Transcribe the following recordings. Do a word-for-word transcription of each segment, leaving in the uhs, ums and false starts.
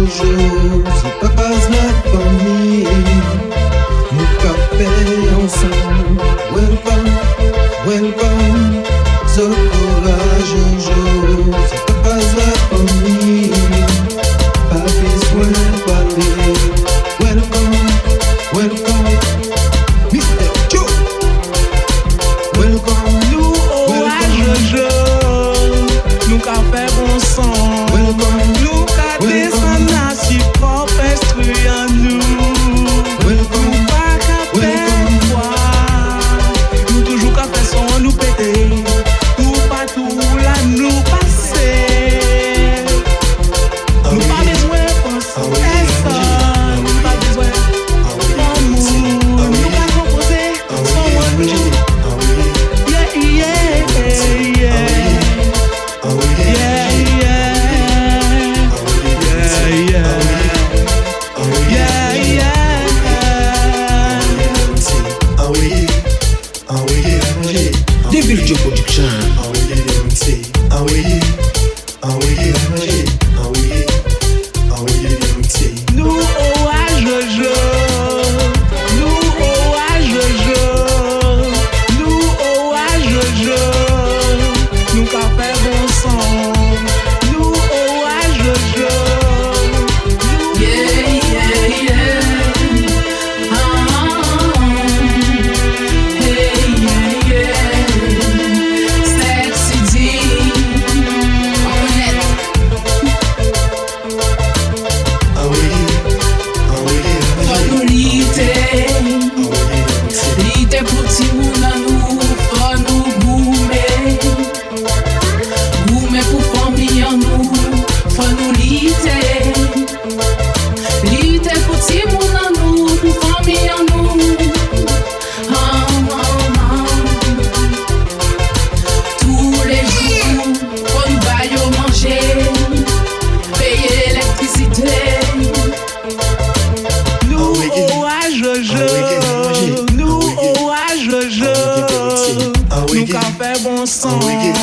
Jojo, c'est pas pas la famille. Nous café ensemble. Welcome, welcome. Zokora Jojo, c'est pas pas la famille. Pas besoin de parler. Welcome, welcome. mister Joe. Welcome, nous au Jojo. Nous café bon sang. welcome. Nous café Welcome. sans nasi propre instruit en nous. Welcome. Nous pas café Welcome. quoi. Nous toujours café sans nous péter. Tout partout là nous passer. Nous pas besoin de personne. Nous pas besoin d'amour. Nous pas composer sans nous. Yeah, yeah, yeah. Yeah, yeah. Yeah, yeah. Yeah, yeah. Devil Joe Production. Nous au Jojo. Nous au Jojo. Nous au Jojo. Nous café bon sang. Nous au Jojo. Yeah, yeah, yeah. Ah, hey, yeah, yeah. Sexy D. Honnête. Faut nous liter. Liter pour ti moun nan nou. Faut nous goumer. Goumer pour famille en nous. Faut nous liter. Liter pour ti moun en nous. Pour famille en nous. Ah, ah, ah. Tous les jours, faut nous bailler au manger. Payer l'électricité. Nous au Jojo. Nous au Jojo. Nous café bon sang.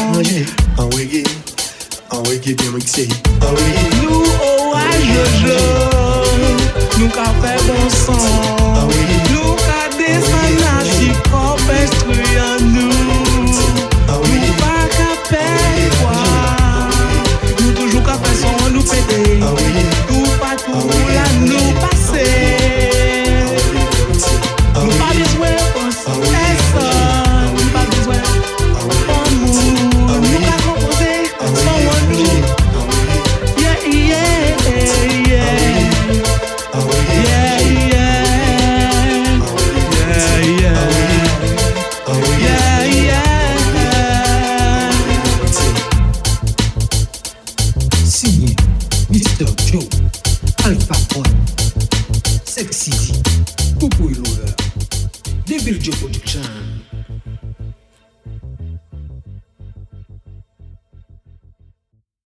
Nous au Jojo. Nous café bon sang. Nous ca descend nasi propre instruit en nous. Nous pas café quoi. Nous toujours café sans nous péter. Tout partout là nous passer. Nous pas besoin de personne. Nous pas besoin d'amour. Nous pas composer sans nous. Yeah, yeah, yeah. Yeah, yeah. Yeah, yeah. Yeah, yeah. Signé mister Joe, Alpha One, Sexy D, Popo Lover, Devil Joe Production.